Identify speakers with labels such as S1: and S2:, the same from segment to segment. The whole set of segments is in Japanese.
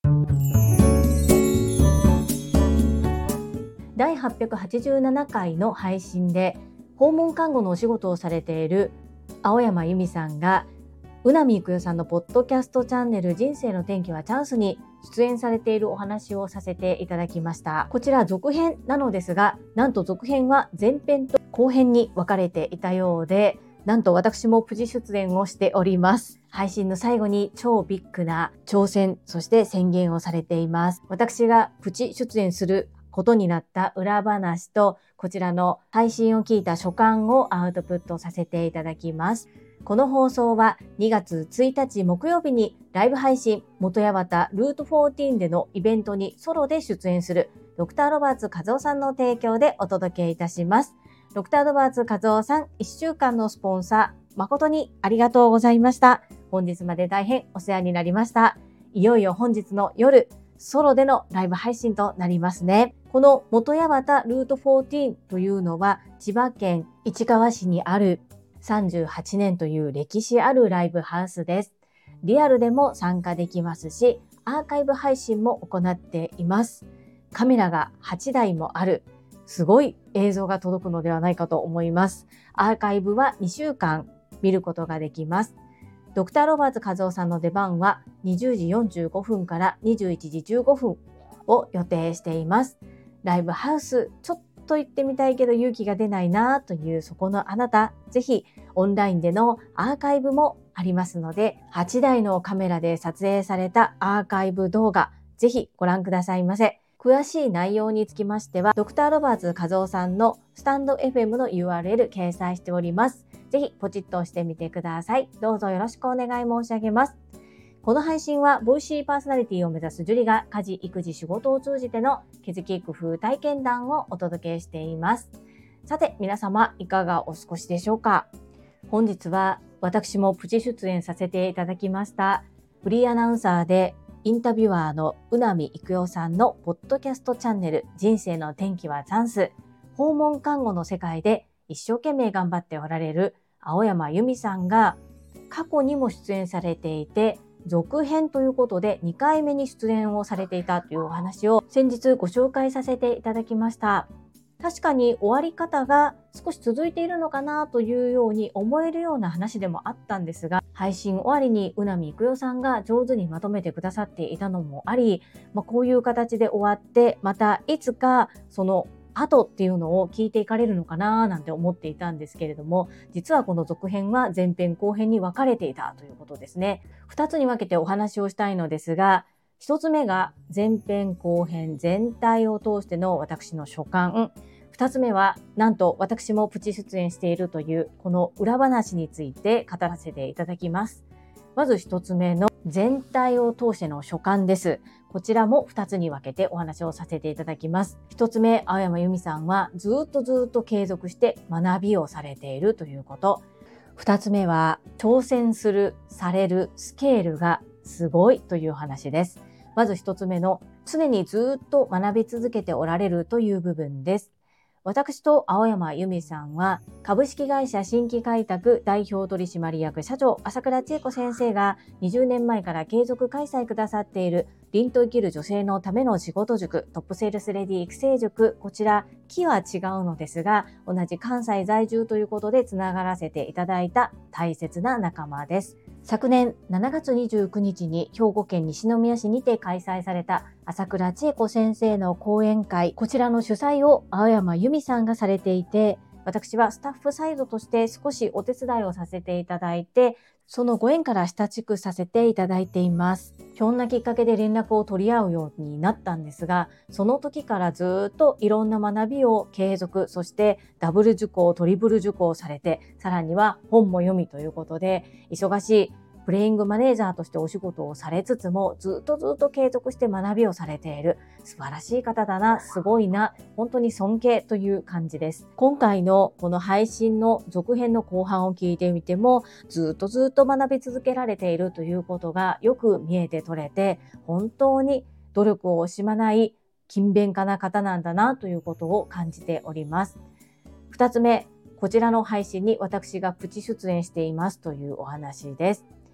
S1: 第887回の配信で訪問看護のお仕事をされている青山由美さんが宇波育代さんのポッドキャストチャンネル人生の転機はチャンスに出演されているお話をさせていただきました。こちら続編なのですが、なんと続編は前編と後編に分かれていたようで、なんと私もプチ出演をしております。配信の最後に超ビッグな挑戦、そして宣言をされています。私がプチ出演することになった裏話と、こちらの配信を聞いた所感をアウトプットさせていただきます。この放送は2月1日木曜日にライブ配信元八幡ルート14でのイベントにソロで出演するドクターロバーツ和夫さんの提供でお届けいたします。ドクターロバーツ和夫さん、1週間のスポンサー誠にありがとうございました。本日まで大変お世話になりました。いよいよ本日の夜ソロでのライブ配信となりますね。この元八幡ルート14というのは千葉県市川市にある38年という歴史あるライブハウスです。リアルでも参加できますし、アーカイブ配信も行っています。カメラが8台もある、すごい映像が届くのではないかと思います。アーカイブは2週間見ることができます。ドクターロバーツ和夫さんの出番は20時45分から21時15分を予定しています。ライブハウス、ちょっと行ってみたいけど勇気が出ないなというそこのあなた、ぜひオンラインでのアーカイブもありますので、8台のカメラで撮影されたアーカイブ動画、ぜひご覧くださいませ。詳しい内容につきましては、ドクターロバーツ和夫さんのスタンド FM の URL 掲載しております。ぜひポチッと押してみてください。どうぞよろしくお願い申し上げます。この配信はボイシーパーソナリティを目指すジュリが家事、育児、仕事を通じての気づき工夫体験談をお届けしています。さて皆様いかがお過ごしでしょうか。本日は私もプチ出演させていただきましたフリーアナウンサーでインタビュアーの宇波育代さんのポッドキャストチャンネル人生の転機はチャンス、訪問看護の世界で一生懸命頑張っておられる青山由美さんが過去にも出演されていて、続編ということで2回目に出演をされていたというお話を先日ご紹介させていただきました。確かに終わり方が少し続いているのかなというように思えるような話でもあったんですが、配信終わりに宇波育代さんが上手にまとめてくださっていたのもあり、こういう形で終わってまたいつかその後っていうのを聞いていかれるのかななんて思っていたんですけれども、実はこの続編は前編後編に分かれていたということですね。2つに分けてお話をしたいのですが、1つ目が前編後編全体を通しての私の所感、2つ目はなんと私もプチ出演しているというこの裏話について語らせていただきます。まず1つ目の全体を通しての所感です。こちらも2つに分けてお話をさせていただきます。1つ目、青山由美さんはずっと継続して学びをされているということ。2つ目は挑戦されるスケールがすごいという話です。まず1つ目の常にずっと学び続けておられるという部分です。私と青山由美さんは株式会社新規開拓代表取締役社長朝倉千恵子先生が20年前から継続開催くださっている凛と生きる女性のための仕事塾トップセールスレディ育成塾、こちら木は違うのですが同じ関西在住ということでつながらせていただいた大切な仲間です。昨年7月29日に兵庫県西宮市にて開催された朝倉千恵子先生の講演会、こちらの主催を青山由美さんがされていて、私はスタッフサイドとして少しお手伝いをさせていただいて、そのご縁から親しくさせていただいています。ひょんなきっかけで連絡を取り合うようになったんですが、その時からずっといろんな学びを継続、そしてダブル受講、トリプル受講されて、さらには本も読みということで、忙しいプレイングマネージャーとしてお仕事をされつつもずっと継続して学びをされている素晴らしい方だな、すごいな、本当に尊敬という感じです。今回のこの配信の続編の後半を聞いてみてもずっと学び続けられているということがよく見えて取れて、本当に努力を惜しまない勤勉家な方なんだなということを感じております。2つ目、こちらの配信に私がプチ出演していますというお話です。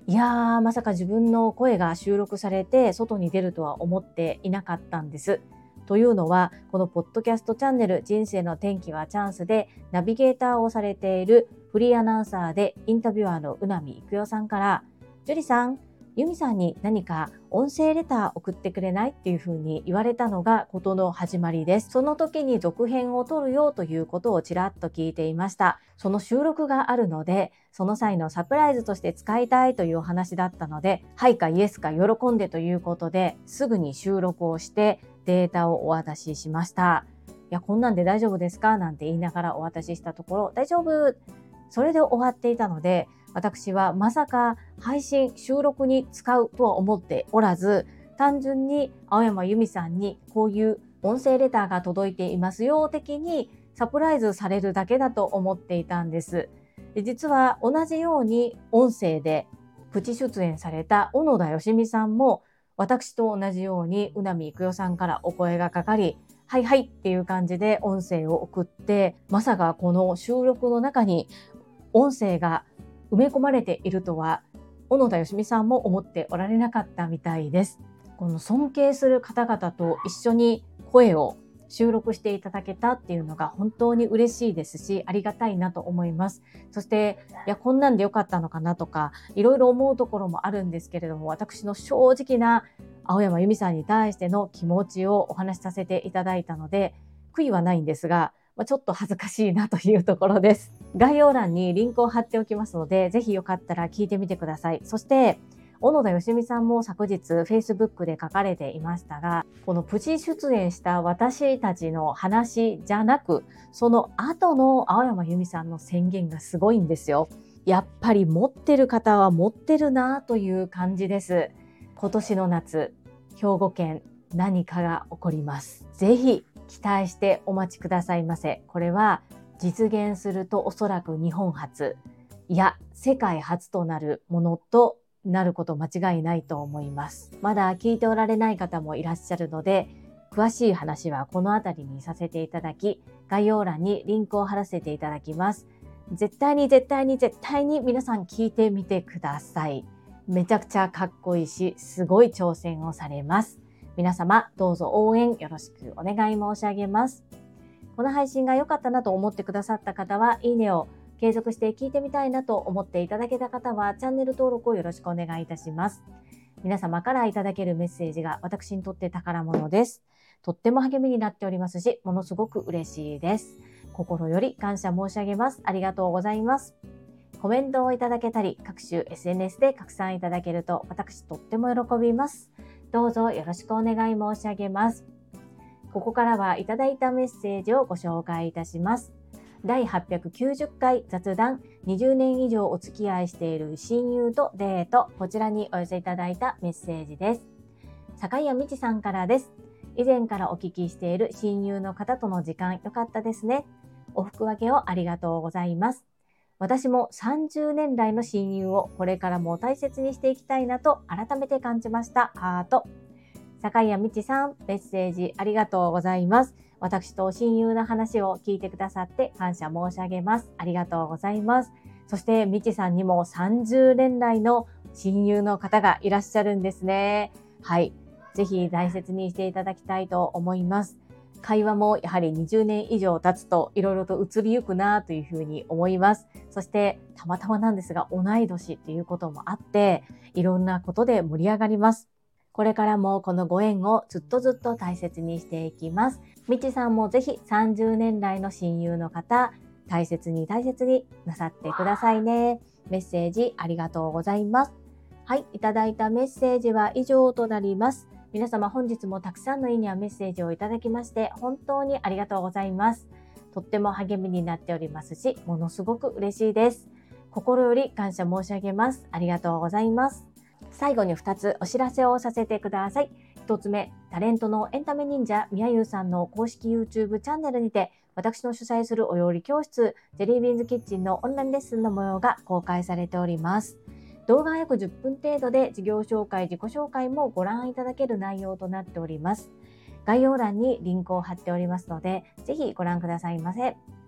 S1: いやー、まさか自分の声が収録されて外に出るとは思っていなかったんです。というのは、このポッドキャストチャンネル人生の転機はチャンスでナビゲーターをされているフリーアナウンサーでインタビュアーの宇波育代さんから、ジュリさん、ユミさんに何か音声レター送ってくれないっていうふうに言われたのが事の始まりです。その時に続編を撮るよということをちらっと聞いていました。その収録があるので、その際のサプライズとして使いたいというお話だったので、はいかイエスか喜んでということで、すぐに収録をしてデータをお渡ししました。いや、こんなんで大丈夫ですかなんて言いながらお渡ししたところ、大丈夫。それで終わっていたので、私はまさか配信収録に使うとは思っておらず、単純に青山由美さんにこういう音声レターが届いていますよ的にサプライズされるだけだと思っていたんです。実は同じように音声でプチ出演された小野田よしみさんも、私と同じように宇波育代さんからお声がかかり、はいはいっていう感じで音声を送って、まさかこの収録の中に音声が埋め込まれているとは小野田よしみさんも思っておられなかったみたいです。この尊敬する方々と一緒に声を収録していただけたっていうのが本当に嬉しいですし、ありがたいなと思います。そしていや、こんなんでよかったのかなとかいろいろ思うところもあるんですけれども、私の正直な青山由美さんに対しての気持ちをお話しさせていただいたので、悔いはないんですが、ちょっと恥ずかしいなというところです。概要欄にリンクを貼っておきますので、ぜひよかったら聞いてみてください。そして小野田よしみさんも昨日 Facebook で書かれていましたが、このプチ出演した私たちの話じゃなく、その後の青山由美さんの宣言がすごいんですよ。やっぱり持ってる方は持ってるなという感じです。今年の夏、兵庫県何かが起こります。ぜひ期待してお待ちくださいませ。これは実現するとおそらく日本初、いや世界初となるものとなること間違いないと思います。まだ聞いておられない方もいらっしゃるので、詳しい話はこのあたりにさせていただき、概要欄にリンクを貼らせていただきます。絶対に皆さん聞いてみてください。めちゃくちゃかっこいいし、すごい挑戦をされます。皆様どうぞ応援よろしくお願い申し上げます。この配信が良かったなと思ってくださった方は、いいねを、継続して聞いてみたいなと思っていただけた方は、チャンネル登録をよろしくお願いいたします。皆様からいただけるメッセージが私にとって宝物です。とっても励みになっておりますし、ものすごく嬉しいです。心より感謝申し上げます。ありがとうございます。コメントをいただけたり、各種 SNS で拡散いただけると私とっても喜びます。どうぞよろしくお願い申し上げます。ここからはいただいたメッセージをご紹介いたします。第890回雑談、20年以上お付き合いしている親友とデート、こちらにお寄せいただいたメッセージです。坂谷美智さんからです。以前からお聞きしている親友の方との時間、良かったですね。お服分けをありがとうございます。私も30年来の親友をこれからも大切にしていきたいなと改めて感じました。ハート。坂谷美智さん、メッセージありがとうございます。私と親友の話を聞いてくださって感謝申し上げます。ありがとうございます。そして美智さんにも30年来の親友の方がいらっしゃるんですね。はい。ぜひ大切にしていただきたいと思います。会話もやはり20年以上経つといろいろと移りゆくなというふうに思います。そしてたまたまなんですが同い年っていうこともあって、いろんなことで盛り上がります。これからもこのご縁をずっと大切にしていきます。みちさんもぜひ30年来の親友の方、大切になさってくださいね。メッセージありがとうございます。はい、いただいたメッセージは以上となります。皆様本日もたくさんのいいねやメッセージをいただきまして本当にありがとうございます。とっても励みになっておりますし、ものすごく嬉しいです。心より感謝申し上げます。ありがとうございます。最後に2つお知らせをさせてください。1つ目、タレントのエンタメ忍者みやゆうさんの公式 YouTube チャンネルにて、私の主催するお料理教室、ジェリービーンズキッチンのオンラインレッスンの模様が公開されております。動画は約10分程度で、事業紹介、自己紹介もご覧いただける内容となっております。概要欄にリンクを貼っておりますので、ぜひご覧くださいませ。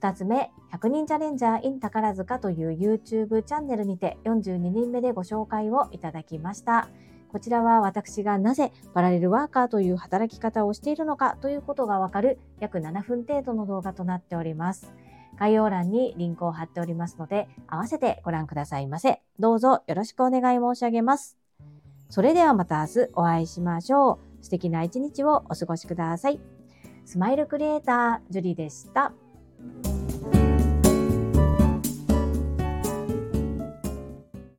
S1: 2つ目、100人チャレンジャー in 宝塚という YouTube チャンネルにて42人目でご紹介をいただきました。こちらは私がなぜパラレルワーカーという働き方をしているのかということがわかる約7分程度の動画となっております。概要欄にリンクを貼っておりますので、合わせてご覧くださいませ。どうぞよろしくお願い申し上げます。それではまた明日お会いしましょう。素敵な一日をお過ごしください。スマイルクリエイター、ジュリでした。